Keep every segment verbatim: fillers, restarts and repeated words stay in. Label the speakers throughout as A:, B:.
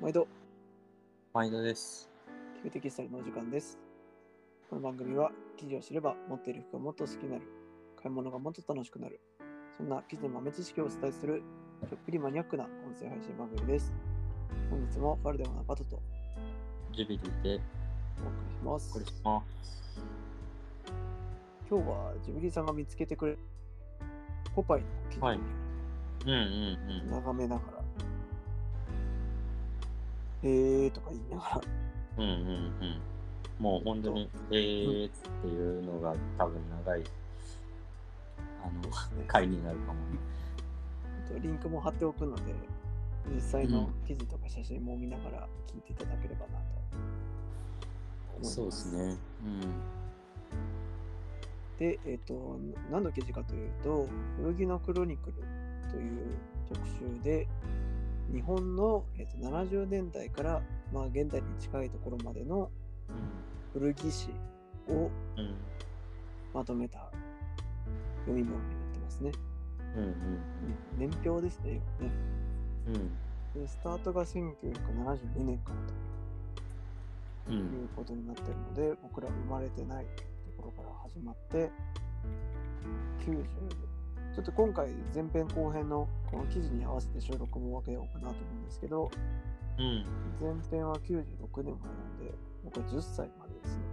A: 毎度、
B: 毎度です。
A: 聞くテキスタイルのお時間です。この番組は、記事を知れば持っている服がもっと好きになる、買い物がもっと楽しくなる、そんな記事の豆知識をお伝えする、ちょっぴりマニアックな音声配信番組です。本日もファルデオナパトと
B: ジュビリーで
A: お送りします。
B: お送りします。
A: 今日はジュビリーさんが見つけてくれるポパイの記事を
B: はい。うんうん
A: 眺めながら、えーとか言いながら、
B: うん。うんうんうん。もう本当に、えーっていうのが多分長い、あの、
A: ね
B: 回になるかもね。
A: リンクも貼っておくので、実際の記事とか写真も見ながら聞いていただければなと思います。
B: そうですね。うん。
A: で、えっと、何の記事かというと、古着のクロニクルという特集で、日本の、えっと、ななじゅうねんだいから、まあ、現代に近いところまでの古着史をまとめた読み物になってますね。
B: うんうん
A: 年表ですね。ね
B: うん。
A: でスタートがせんきゅうひゃくななじゅうにねんからと
B: うん。
A: いうことになっているので、僕ら生まれてないところから始まって、きゅうじゅうちょっと今回前編後編のこの記事に合わせて収録も分けようかなと思うんですけど、
B: うん。
A: 前編はきゅうじゅうろくねんまえなんで、僕はじゅっさいまでですね。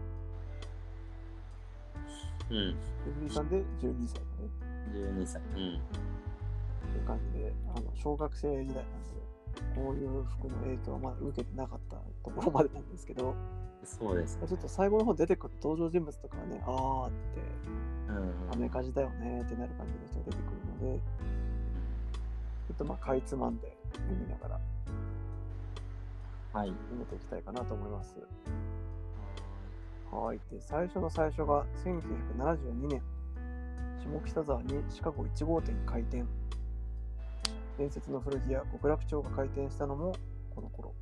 B: うん。
A: ジュビリーさんでじゅうにさいまで。
B: じゅうにさい。うん。
A: という感じで、あの小学生時代なんで、こういう服の影響はまだ受けてなかったところまでなんですけど、
B: そうですね。
A: ちょっと最後の方出てくる登場人物とかはね、あーって、
B: うん
A: アメカジだよねってなる感じの人が出てくるので、ちょっとまあかいつまんで読みながら
B: はい。
A: 読めていきたいかなと思います。はい。で、最初の最初がせんきゅうひゃくななじゅうにねん、下北沢にシカゴいち号店開店。伝説の古着屋極楽町が開店したのもこの頃。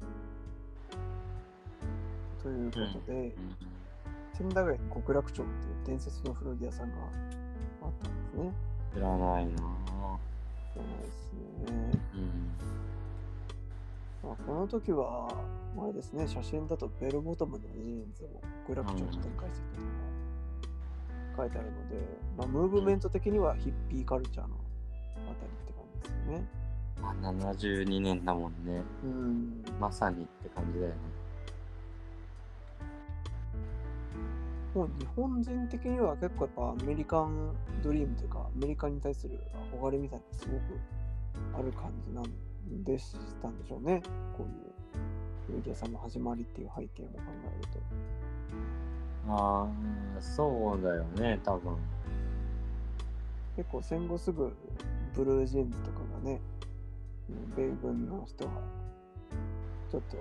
A: ということで、
B: うん
A: 千駄ヶ谷に極楽町っていう伝説の古着屋さんがあったんですね。
B: 知らないなぁ。
A: 知らないですね。
B: うん。
A: まあ、この時は、あれですね、写真だとベルボトムのジーンズを極楽町に展開していたとか書いてあるので、まあ、ムーブメント的にはヒッピーカルチャーのあたりって感じですよね。
B: あ、ななじゅうにねんだもんね。
A: うん。
B: まさにって感じだよね。
A: もう日本人的には結構やっぱアメリカンドリームというか、アメリカに対する憧れみたいなのがすごくある感じなんでしたんでしょうね。こういう古着屋さんの始まりっていう背景も考えると。
B: ああ、そうだよね、多分。
A: 結構戦後すぐブルージーンズとかがね、米軍の人がちょっと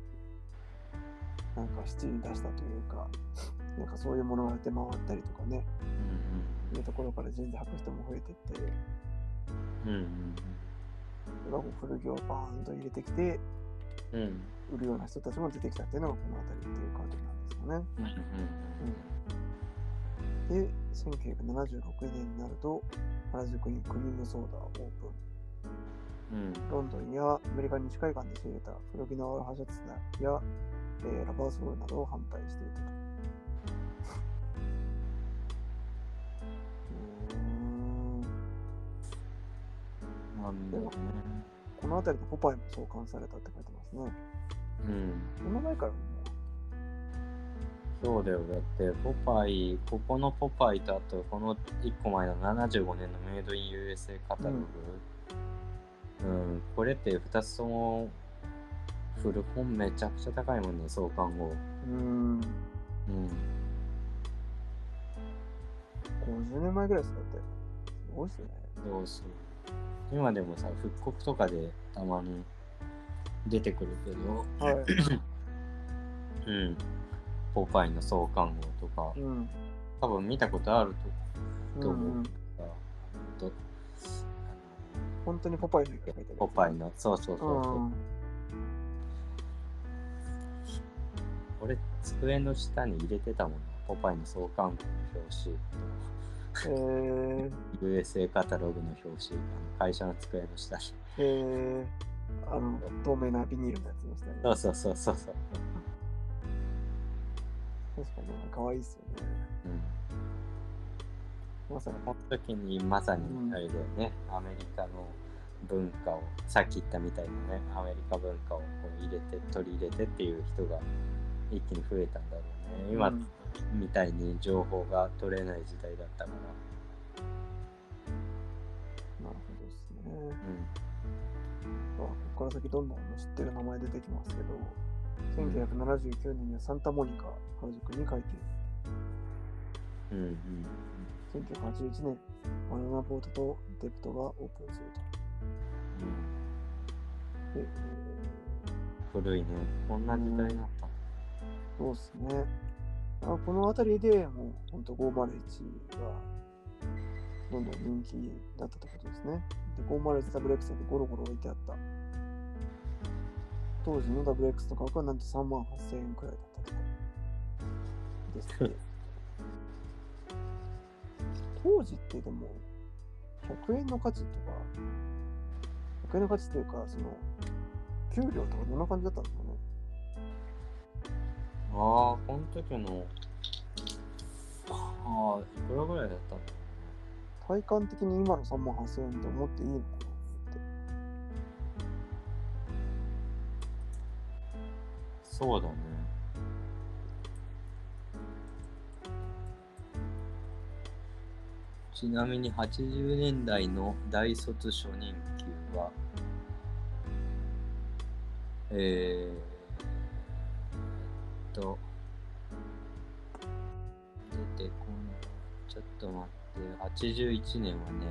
A: なんか七に出したというか、なんかそういうものが出回ったりとかね、
B: うん
A: いうところからジーンズ履く人も増えてって、
B: うんうん
A: それがこう古着をバーンと入れてきて、
B: うんうん
A: 売るような人たちも出てきたっていうのがこの辺りっていう感じなんですよね。
B: うん
A: うん、で、せんきゅうひゃくななじゅうろくねんになると、原宿にクリームソーダをオープン。
B: うん
A: ロンドンやアメリカ西海岸で仕入れた古着のアロハシャツや、えー、ラバーソールなどを販売していたと。うーん。
B: なんだよね。
A: この辺りでポパイも創刊されたって書いてますね。
B: うん
A: その前からも
B: そうだよ。だってポパイ、ここのポパイとあとこのいっこまえのななじゅうごねんのメイドイン ユーエスエー カタログ、うん、うん、これってふたつとも古本めちゃくちゃ高いもんね、創刊後。
A: うーん。
B: うん。
A: ごじゅうねんまえぐらいですかって。すごいっすね。
B: そうそう。今でもさ、復刻とかでたまに出てくるけど、
A: はい。
B: うん。ポパイの創刊号とか、
A: うん。
B: 多分見たことあるとと思う。
A: うんうん、
B: と
A: 本当にポパイの絵が描いてある。
B: ポパイの、そうそうそうそう。
A: うん、
B: 俺、机の下に入れてたもんな、ポパイの創刊号の表紙と、
A: えー、
B: ユーエスエー カタログの表紙、あの会社の机の下に。
A: えー、 あの透明なビニールのやつの下に。
B: そうそうそうそうそう。
A: 確かに可愛いっすよね。
B: うん。
A: まさに。
B: この時にまさにあれだよね、うん、アメリカの文化を、さっき言ったみたいなね、アメリカ文化をこう入れて、取り入れてっていう人が一気に増えたんだろうね。今みたいに情報が取れない時代だったから。
A: なるほどですね。
B: うん。
A: まあ、ここから先どんどん知ってる名前出てきますけど、せんきゅうひゃくななじゅうきゅうねんにはサンタモニカ原宿に開店。
B: うんうん。
A: せんきゅうひゃくはちじゅういちねん、バナナボートとデプトがオープンすると。
B: うん、
A: で
B: 古いね。こんな時代だった。
A: そうですね。あこの辺りでもう本当ごーまるいちがどんどん人気だったってことですね。で、ごーまるいちダブリューエックス でゴロゴロ置いてあった。当時の ダブリューエックス の価格はなんとさんまんはっせんえんくらいだったとかですね。当時ってでもひゃくえんの価値とか、ひゃくえんの価値というか、その給料とかどんな感じだったんですかね。
B: ああ、この時の、ああ、いくらぐらいだったんだろうね。
A: 体感的に今のさんまんはっせんえんと思っていいのかなって。
B: そうだね。ちなみにはちじゅうねんだいの大卒初任給は、えーっと、出てこない。ちょっと待って、はちじゅういちねんはね、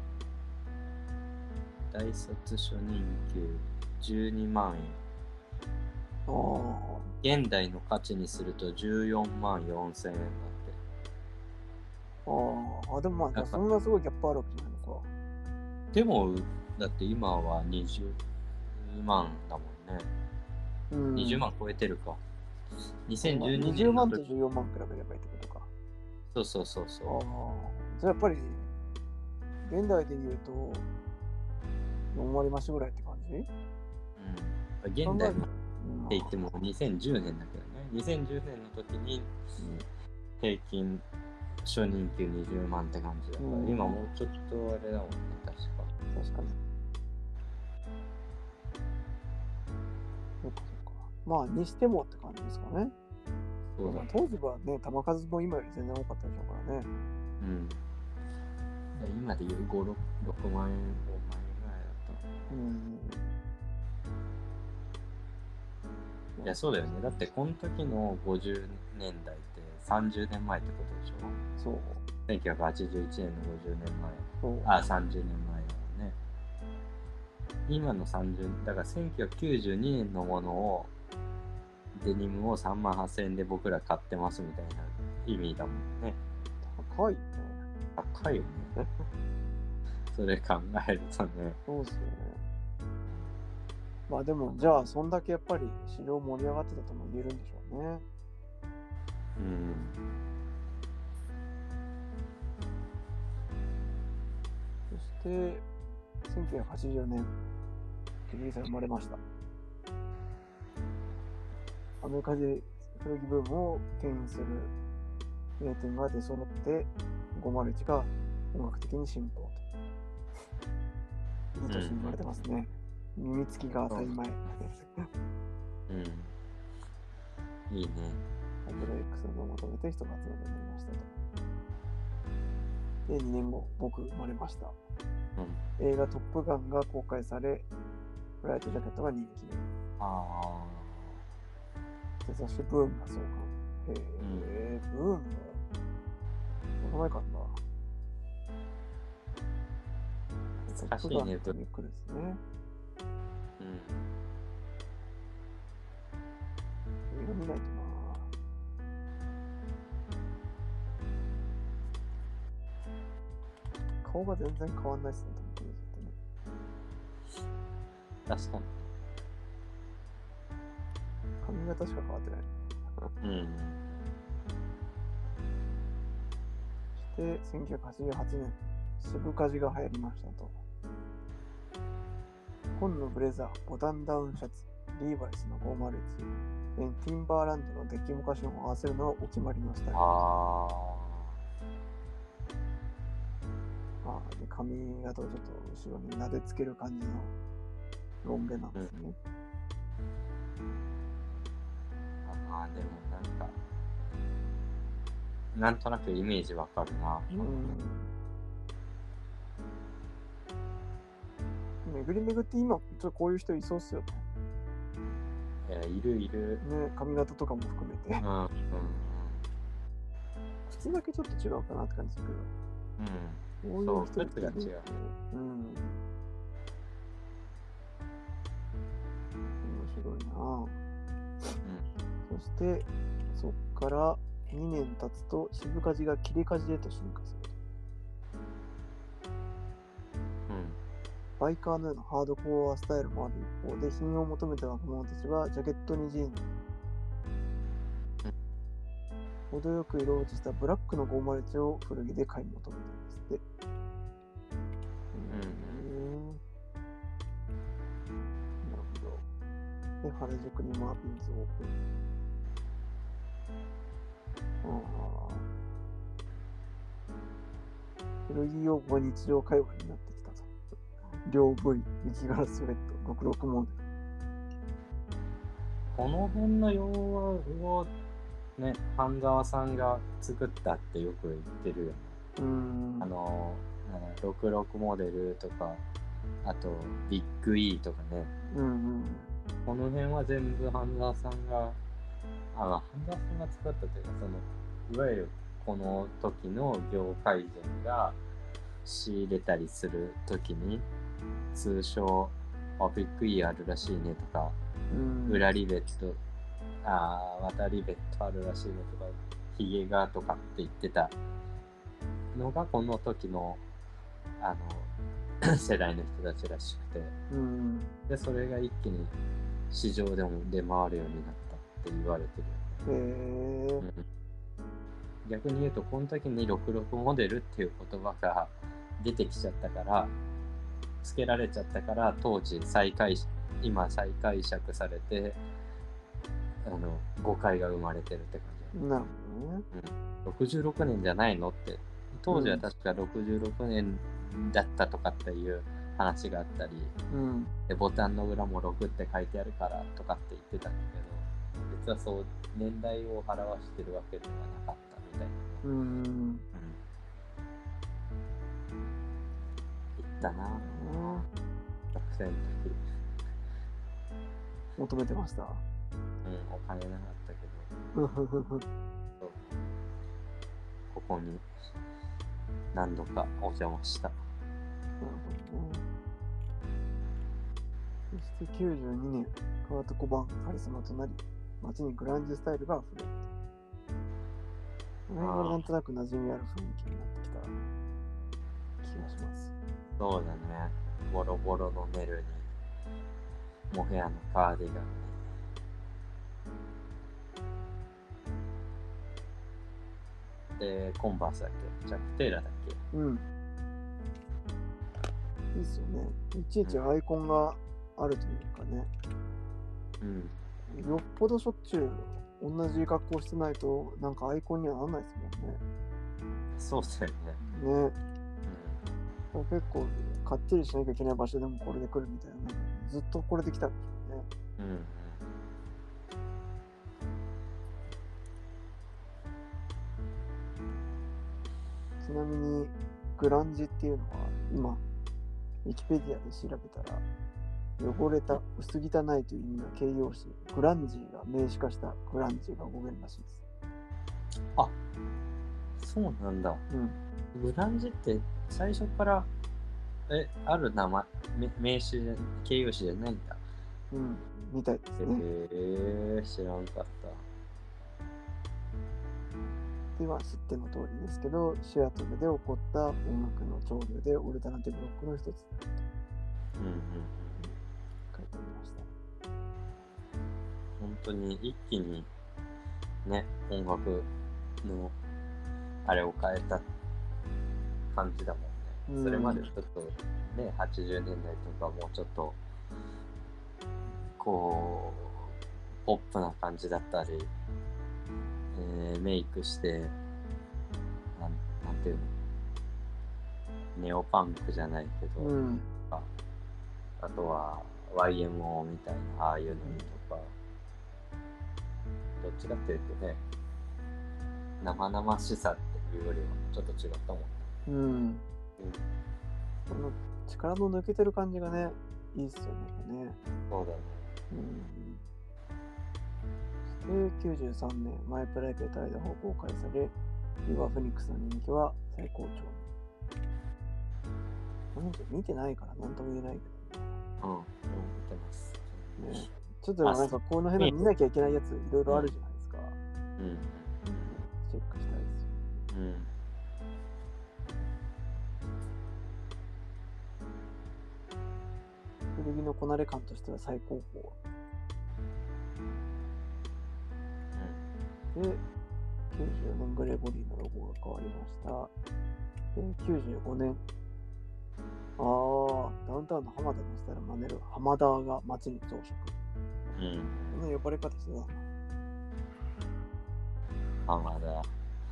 B: 大卒初任給じゅうにまんえん。
A: ああ。
B: 現代の価値にするとじゅうよんまんよんせんえんだって。
A: ああ、でもまあ、そんなすごいギャップあるわけじゃないのか。
B: でも、だって今はにじゅうまんだもんね。うん、にじゅうまん超えてるか。にせんじゅうにねんの時。にじゅうまん
A: とじゅうよんまん比べればいいってことか。
B: そうそうそうそう。
A: ああ、じゃあやっぱり、現代で言うと、よんわり増しぐらいって感じ？うん。
B: 現代って言ってもにせんじゅうねんだけどね。にせんじゅうねんの時に平均初任給にじゅうまんって感じだから、うん、今もうちょっとあれだもんね、確か。
A: 確かに。そっかそっか。まあ、にしてもって感じですかね。そうだ、ね。当時はね、球数も今より全然多かったでしょうからね。うん。
B: 今でいうご、ろくまんえん、ごまんえんぐらいだった。うん。いや、そうだよね。だって、この時のごじゅうねんだいってさんじゅうねんまえってことでしょ。そう。せんきゅうひゃくはちじゅういちねんのごじゅうねんまえ。そう。あ、さんじゅうねんまえだもんね。今のさんじゅう、だからせんきゅうひゃくきゅうじゅうにねんのものを、デニムをさんまんはっせんえんで僕ら買ってますみたいな意味だもんね。
A: 高いよね。
B: 高いよね。それ考えるとね。
A: そうっすよね。まあでも、じゃあ、そんだけやっぱり市場盛り上がってたとも言えるんでしょうね。うん。そして、せんきゅうひゃくはちじゅうねん、ケビンさん生まれました。アメリカで古着ブームを牽引する名店が出揃って、ごーまるいちが本格的に進歩と。いい年に生まれてますね。うん、耳つきが当たり前。うん。
B: いいね。
A: ダブリューエックス を求めて人が集まるようになりましたと。で、にねんご、僕生まれました。うん、映画トップガンが公開され、フライトジャケットが人気で。ああ。で、そしてブームがそうか。へえ、うん、ブームその前かんだ。
B: 難しいね、
A: トニックですね。うん。映画見ないとな。顔が全然変わんないっすね、トニックですってね。
B: 確かに。
A: 髪型しか変わってない。うん。そして、せんきゅうひゃくはちじゅうはちねん、渋カジが流行りましたと。 紺のブレザー、ボタンダウンシャツ、リーバイスのごーまるいち、えーティンバーランドのデッキモカションを合わせるのはお決まりのスタイル。
B: あ
A: あーで髪型をちょっと後ろに撫でつける感じのロン毛なんですね。
B: ーあー、でもなんか、なんとなくイメージわかるな。
A: うん。巡り巡って今、ちょっとこういう人いそうっすよね。
B: いや、いるいる。
A: ね、髪型とかも含めて。
B: うんうん
A: 靴だけちょっと違うかなって感じするけど。
B: うん。
A: こういう人
B: そう、靴が違う。
A: うん。面白いなぁ。そして、そっからにねん経つと、渋かじが切れかじへと進化する。
B: うん。うん。
A: バイカーのようなハードコアスタイルもある一方で、品を求めた若者たちは、ジャケットにジーンズ、程よく色落ちしたブラックのごーまるいちを古着で買い求めたんですって。うん。なるほど。で、原宿にマーピンズオープン。ああ。古着用語が日常会話になってきたと。両 V、雪柄スウェット、ろくじゅうろくモデル。
B: この辺の用語をね、半沢さんが作ったってよく言ってるよね。
A: うーん。
B: あの、ろくじゅうろくモデルとか、あとビッグ E とかね。
A: うんうん。
B: この辺は全部半沢さんが、あ、半沢さんが作ったというか、その、いわゆるこの時の業界人が仕入れたりするときに、通称、あ、ビッグ E あるらしいねとか、
A: うん、
B: 裏リベット、ああ、渡リベットあるらしいねとか、ヒゲがとかって言ってたのが、この時の、あの、世代の人たちらしくて、
A: うん、
B: で、それが一気に市場でも出回るようになったって言われてるよね。
A: へえ、
B: うん、逆に言うと、この時にろくじゅうろくモデルっていう言葉が出てきちゃったから、つけられちゃったから、当時再解、今再解釈されて、あの誤解が生まれてるって感じ。
A: なるほどね。
B: うん、ろくじゅうろくねんじゃないのって。当時は確かろくじゅうろくねんだったとかっていう話があったり、
A: うん、
B: でボタンの裏もろくって書いてあるからとかって言ってたんだけど、実はそう年代を表してるわけではなかったみたいな。
A: うん、
B: うん、言ったな、学生の時。
A: 求めてました。
B: うん、お金なかったけど、そうここに何度かお邪魔した。
A: なるほどね。そしてきゅうじゅうにねん、カート・コバーンがカリスマとなり、街にグランジスタイルが溢れる。これがなんとなく馴染みある雰囲気になってきた気がします。
B: そうだね。ボロボロのネルに、モヘアのカーディガンに。で、コンバースだっけ？ジャック・テイラーだっけ？
A: うん。いいっすよね。いちいちアイコンがあるというかね。
B: うん。
A: よっぽどしょっちゅう同じ格好してないと、なんかアイコンにはならないです
B: そうだよね。
A: もんね。ね。結構かっちりしなきゃいけない場所でもこれで来るみたいな、なんかずっとこれで来たんでしょうね。
B: うん。うん。
A: ちなみにグランジっていうのは今ウィキペディアで調べたら、汚れた、薄汚いという意味の形容詞グランジーが名詞化したグランジが語源らしいです。
B: あ、そうなんだ。
A: うん。
B: グランジって最初からえある名前、名詞、形容詞じゃないんだ。
A: うん、みたいですね。
B: へえー、知らんかった。
A: では知っての通りですけど、シアトルで起こった音楽の潮流でオルタナティブロックの一つであると
B: うんうん。
A: 書いてありました。
B: 本当に一気にね、音楽のあれを変えた感じだもんね。それまでちょっとね、はちじゅうねんだいとかもうちょっとこうポップな感じだったり、えー、メイクしてなん、なんていうの、ネオパンクじゃないけど、
A: うん、
B: あ, あとは ワイエムオー みたいなああいうのとか、どっちかっていうとね、生々しさっていうよりはちょっと違ったもんね。
A: うん。
B: うん、
A: この力の抜けてる感じがね、いいっすよね。ね、
B: そうだね。
A: うん。そしてきゅうじゅうさんねん、マイプライベートアイダホ公開され、リバー・フェニックスの人気は最高潮に。見てないから何とも言えないけ
B: うん、うん、見てます。
A: どね。ちょっとでもなんかこの辺の見なきゃいけないやついろいろあるじゃないですか。
B: うん、うん、
A: チェックしたいですよ。
B: うん。
A: 古着のこなれ感としては最高峰。で、きゅうじゅうよねんグレゴリーのロゴが変わりました。で、きゅうじゅうごねん。あー、ダウンタウンの浜田のしたら真似る浜田が街に増殖。
B: うん。
A: こんな呼ばれ方してたな。
B: 浜田。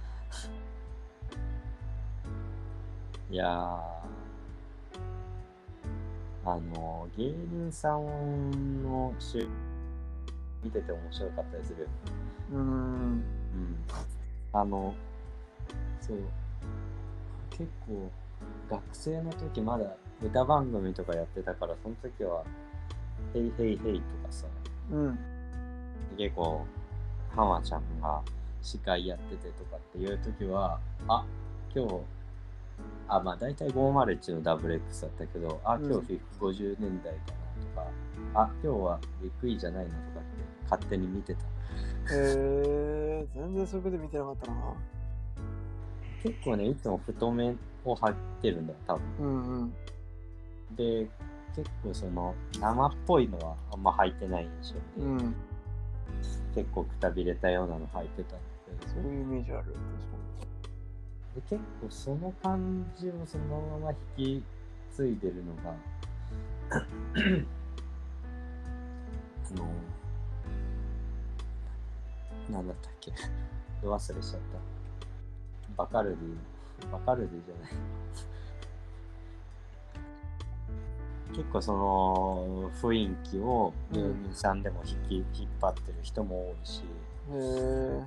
B: いやー、あの、芸人さんの集見てて面白かったりする。
A: うーん。うん。
B: あの、そう、結構、学生の時まだ歌番組とかやってたから、その時は、ヘイヘイヘイとかさ、
A: うん。
B: 結構、浜ちゃんが司会やっててとかっていう時は、あ、今日、あ、まあ大体ごーまるいちの ダブリューエックス だったけど、あ、今日ごじゅうねんだいだなとか、あ、今日はビッグイーじゃないなとかって勝手に見てた。
A: へー、全然そういうこと見てなかったな。
B: 結構ね、いつも太めを履いてるんだよ、多分。
A: うんうん。
B: で、結構その生っぽいのはあんま履いてない印象で、
A: うん。
B: 結構くたびれたようなの履いてたんだけど、
A: そういうイメージある。確か
B: で結構その感じをそのまま引き継いでるのがあのなんだったっけ、ど忘れしちゃった。バカルディバカルディじゃない結構その雰囲気を芸人さんでも引き、引っ張ってる人も多いし、
A: に。へー。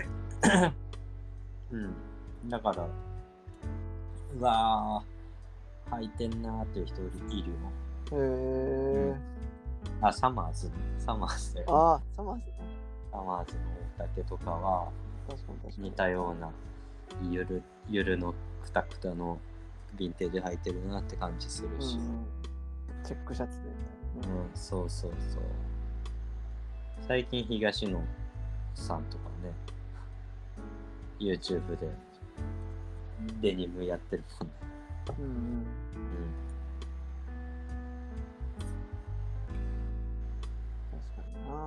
B: うん、だからうわー履いてんなーっていう人いるよ。
A: へー。
B: あ、サマーズサマーズだよ、ね、
A: あー、サマーズね。
B: サマーズの大竹とかは
A: 確かに確かに。
B: 似たようなゆるゆるのくたくたのヴィンテージ履いてるなって感じするし、
A: うん、チェックシャツでみたいなね。
B: うん、そうそうそう。最近東野さんとかね YouTube でデニムやってるもんね。
A: うんうん。
B: うん、
A: 確かにな。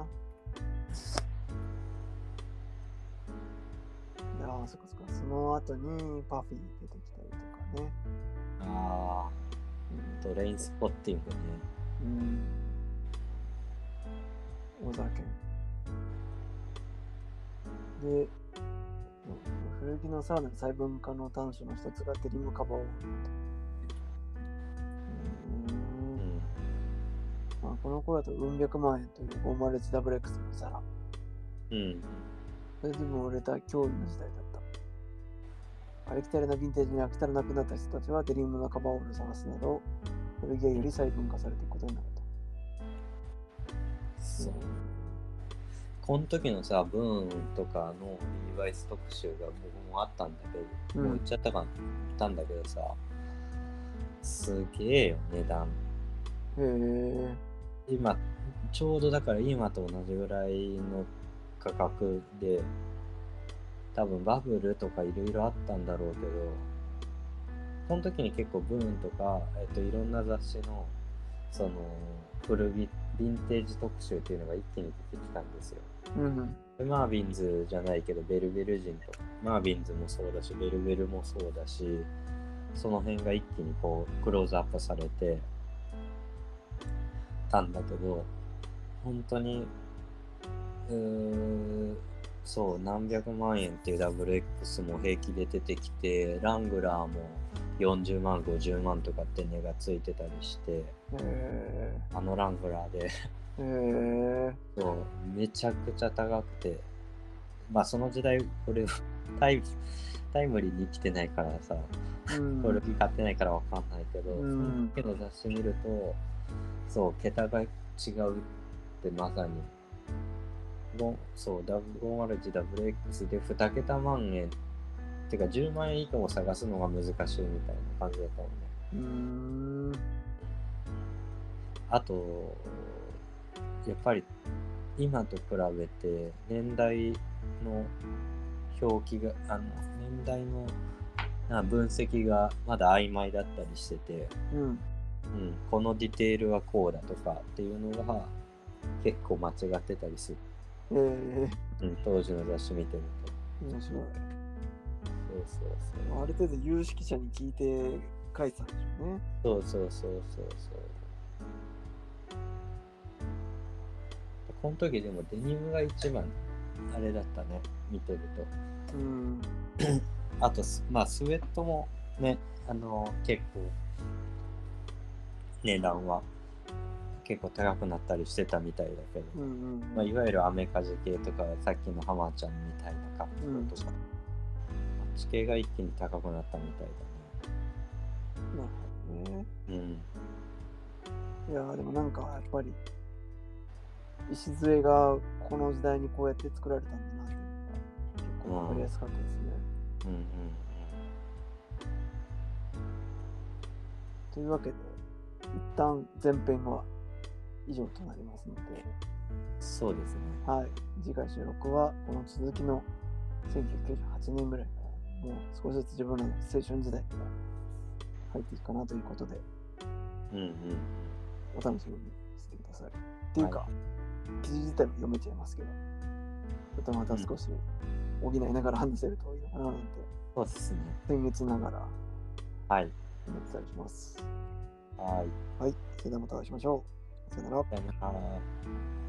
A: いやー、そっかそっか。その後にパフィー出てきたりとかね。
B: あー、トレインスポッティングね。
A: うん。小沢健。で、古着のさらなる細分化の端緒の一つがデニムカバーオール。うん。まあ、この頃だとうん百万円という ごーまるいちダブリューエックス の皿。
B: うん。
A: それでも売れた驚異の時代だった。ありきたりなヴィンテージに飽き足らなくなった人たちはデニムのカバーオールを探すなど、古着がより細分化されていくことになると。
B: そう。この時のさ、ブーンとかのリーバイス特集が僕もあったんだけど、
A: うん、
B: もう売っちゃったかったんだけどさ、すげえよ、値段。
A: へえ。
B: 今、ちょうどだから今と同じぐらいの価格で、多分バブルとかいろいろあったんだろうけど、その時に結構ブーンとか、えっと、いろんな雑誌のその古着ヴィンテージ特集っていうのが一気に出てきたんですよ。
A: うん、
B: でマービンズじゃないけどベルベル人とか、マービンズもそうだしベルベルもそうだし、その辺が一気にこうクローズアップされてたんだけど、 本当にうーそう何百万円っていう ダブリューエックス も平気で出てきて、ラングラーもよんじゅうまんごじゅうまんとかって値がついてたりして、
A: え
B: あのラングラーで
A: ー、え
B: そうめちゃくちゃ高くて、まあその時代俺タイタイムリーに生きてないからさ、
A: ー、うん。
B: 古着買ってないからわかんないけど、
A: うん
B: その時の雑誌見るとそう桁が違うってまさにごそう ごーまるいちダブリューエックス でに桁万円てかじゅうまん円以下を探すのが難しいみたいな感じだったもんね。
A: うーん。
B: あとやっぱり今と比べて年代の表記があの年代のな分析がまだ曖昧だったりしてて、
A: うん。
B: うん、このディテールはこうだとかっていうのが結構間違ってたりする、
A: えー、
B: うん、当時の雑誌見てると。
A: 面白い。
B: そうそうそう
A: ある程度有識者に聞いて書いてたんでしょうね。
B: そうそうそうそうそうこの時でもデニムが一番あれだったね、見てると。
A: うん。
B: あとまあスウェットもね、あの結構値段は結構高くなったりしてたみたいだけど、
A: うんうんうん。
B: まあ、いわゆるアメカジ系とかさっきのハマちゃんみたいな格好とか、あっち系が一気に高くなったみたい
A: なるほどね。
B: だね。
A: いやーでもなんかやっぱり礎がこの時代にこうやって作られたんだなっていうのが結構わかりやすかったですね。
B: うんうんうん
A: というわけで一旦前編は以上となりますので、
B: そうですね。
A: はい、次回収録はこの続きのせんきゅうひゃくきゅうじゅうはちねんぐらいからもう少しずつ自分らの青春時代から入っていくかなということで
B: うんうん
A: お楽しみにしてください。っていうか、はい、記事自体も読めちゃいますけど、ちょっとまた少し補いながら話せるといいのかななんて、
B: そうですね。
A: 僭越ながら
B: はい
A: 思ってたりします。
B: はい。
A: はい、それではまたお会いしましょう。さよなら。
B: さよなら。